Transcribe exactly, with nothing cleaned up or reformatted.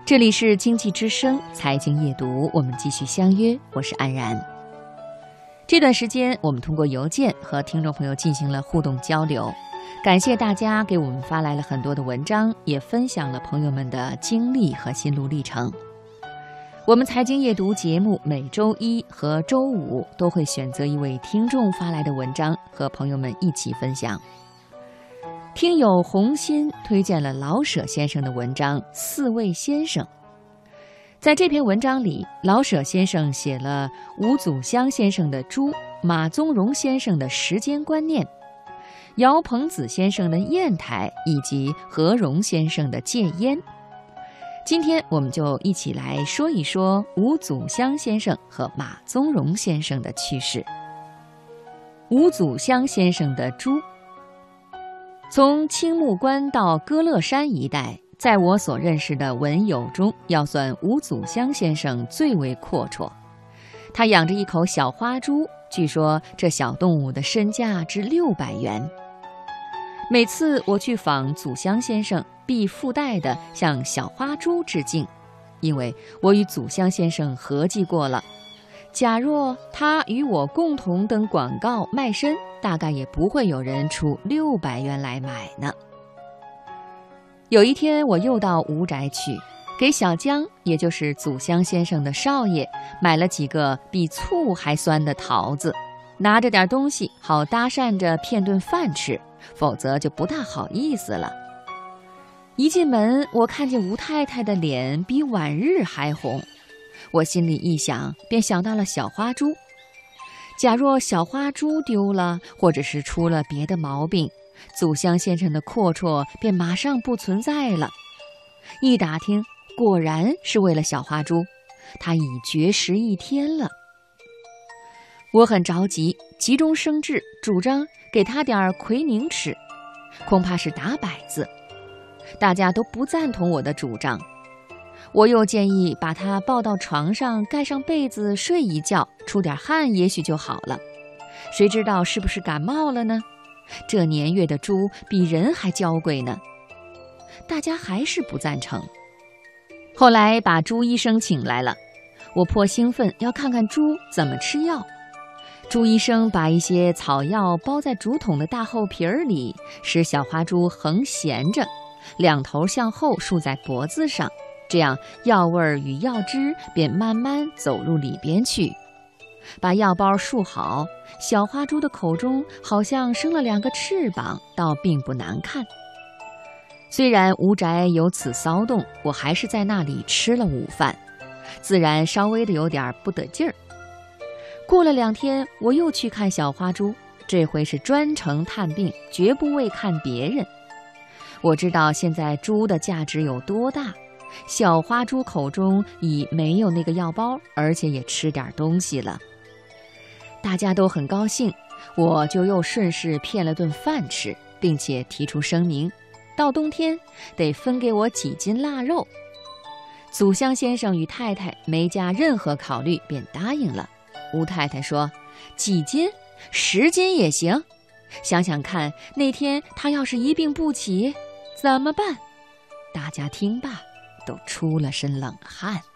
这里是经济之声财经夜读，我们继续相约，我是安然。这段时间我们通过邮件和听众朋友进行了互动交流，感谢大家给我们发来了很多的文章，也分享了朋友们的经历和心路历程。我们财经夜读节目每周一和周五都会选择一位听众发来的文章和朋友们一起分享。听友红心推荐了老舍先生的文章《四位先生》。在这篇文章里，老舍先生写了吴祖湘先生的猪，马宗荣先生的时间观念，姚鹏子先生的砚台，以及何荣先生的戒烟。今天我们就一起来说一说吴祖湘先生和马宗荣先生的趣事。吴祖湘先生的猪。从青木关到歌乐山一带，在我所认识的文友中，要算吴祖湘先生最为阔绰。他养着一口小花猪，据说这小动物的身价值六百元。每次我去访祖湘先生，必附带地向小花猪致敬，因为我与祖湘先生合计过了，假若他与我共同登广告卖身，大概也不会有人出六百元来买呢。有一天我又到吴宅去，给小江，也就是祖湘先生的少爷，买了几个比醋还酸的桃子，拿着点东西好搭讪着骗顿饭吃，否则就不大好意思了。一进门，我看见吴太太的脸比晚日还红，我心里一想，便想到了小花猪。假若小花猪丢了，或者是出了别的毛病，祖湘先生的阔绰便马上不存在了。一打听，果然是为了小花猪，他已绝食一天了。我很着急，急中生智，主张给他点奎宁吃，恐怕是打摆子。大家都不赞同我的主张。我又建议把他抱到床上，盖上被子睡一觉，出点汗也许就好了。谁知道是不是感冒了呢？这年月的猪比人还娇贵呢。大家还是不赞成。后来把朱医生请来了，我颇兴奋，要看看猪怎么吃药。朱医生把一些草药包在竹筒的大厚皮儿里，使小花猪横衔着，两头向后竖在脖子上，这样药味儿与药汁便慢慢走入里边去。把药包束好，小花猪的口中好像生了两个翅膀，倒并不难看。虽然吴宅有此骚动，我还是在那里吃了午饭，自然稍微的有点不得劲儿。过了两天，我又去看小花猪，这回是专程探病，绝不为看别人。我知道现在猪的价值有多大，小花猪口中已没有那个药包，而且也吃点东西了。大家都很高兴，我就又顺势骗了顿饭吃，并且提出声明，到冬天得分给我几斤腊肉。祖湘先生与太太没加任何考虑，便答应了。吴太太说，几斤？十斤也行。想想看，那天他要是一病不起，怎么办？大家听罢，都出了身冷汗。